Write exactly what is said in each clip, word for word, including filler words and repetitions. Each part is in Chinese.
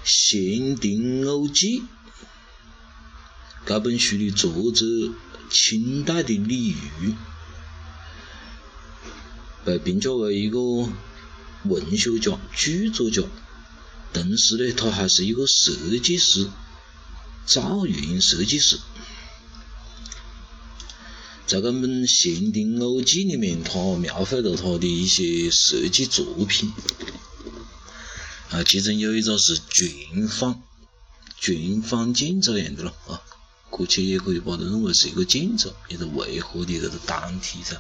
限定偶记》这本书的作者清代的李渔，被评价为一个文学家、剧作家，同时呢，他还是一个设计师，造云设计师。在这本《限定偶记》里面，他描绘了他的一些设计作品啊，其中有一个是群芳，群芳建筑样的了啊，姑且也可以把它认为是一个建筑，一个维和的这个单体噻。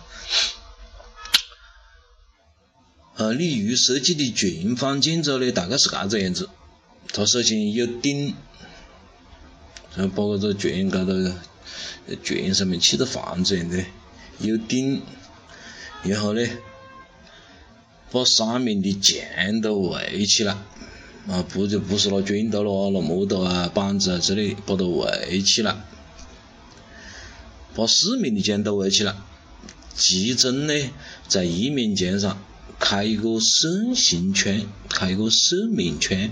啊，李渔设计的群芳建筑呢，大概是这个样子。它首先有顶，然后把这个群搞到群上面砌个房子样的，有顶，然后呢，把上面的墙都围起来，啊，不就不是拿砖头啦、拿木头啊、板子啊之类，把它围起来，把四面的墙都围起来，其中呢，在一面墙上开一个扇形窗，开一个扇面窗。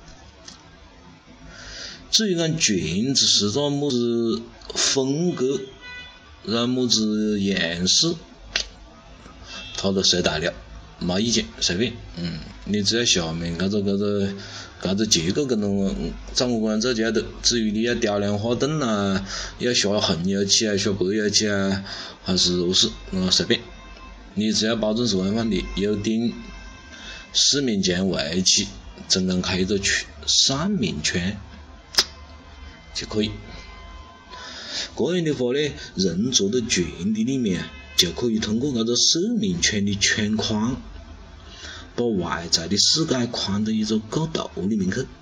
至于讲裙子是个么子风格，然么子样式，他都随大了，没意见，随便。嗯，你只要下面搿个搿个搿个结构跟侬长官做就得。至于你要雕梁画栋啊，要下红油漆啊，下白油漆啊，还是何事，嗯，随便。你只要保证是规范的，有顶，四面墙围起，中间开一个扇面窗就可以。这样的话呢，人坐在群的里面，就可以通过这个扇面窗的窗框，把外在的世界看到一个构图里面去。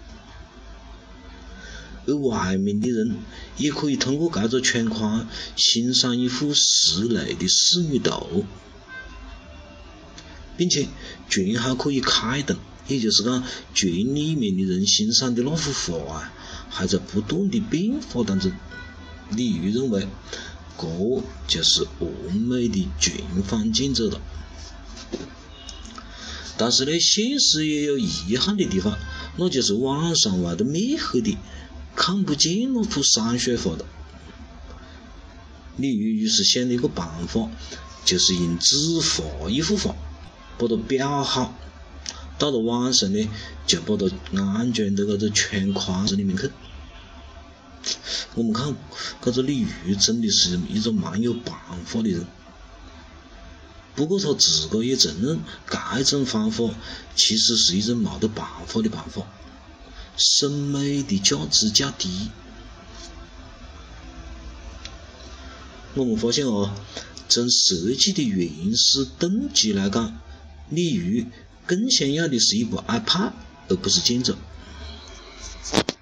而外面的人也可以通过这个窗框欣赏一幅室内的仕女图，并且群还可以开动，也就是讲群里面的人欣赏的那幅画啊，还在不断的变化当中。李渔认为，这就是完美的群芳建筑了。但是呢，现实也有遗憾的地方，那就是晚上外头灭黑的，看不见那幅山水画了。李渔于是想了一个办法，就是用纸画一幅画，把它裱好，到了晚上呢，就把它安装到这个窗框子里面去。我们看这个李渔真的是一个蛮有办法的人，不过他自个也承认，这种方法其实是一种没得办法的办法，审美的价值较低。我们发现哦，从设计的原始动机来讲，李渔更想要的是一部 iPad，而不是建筑。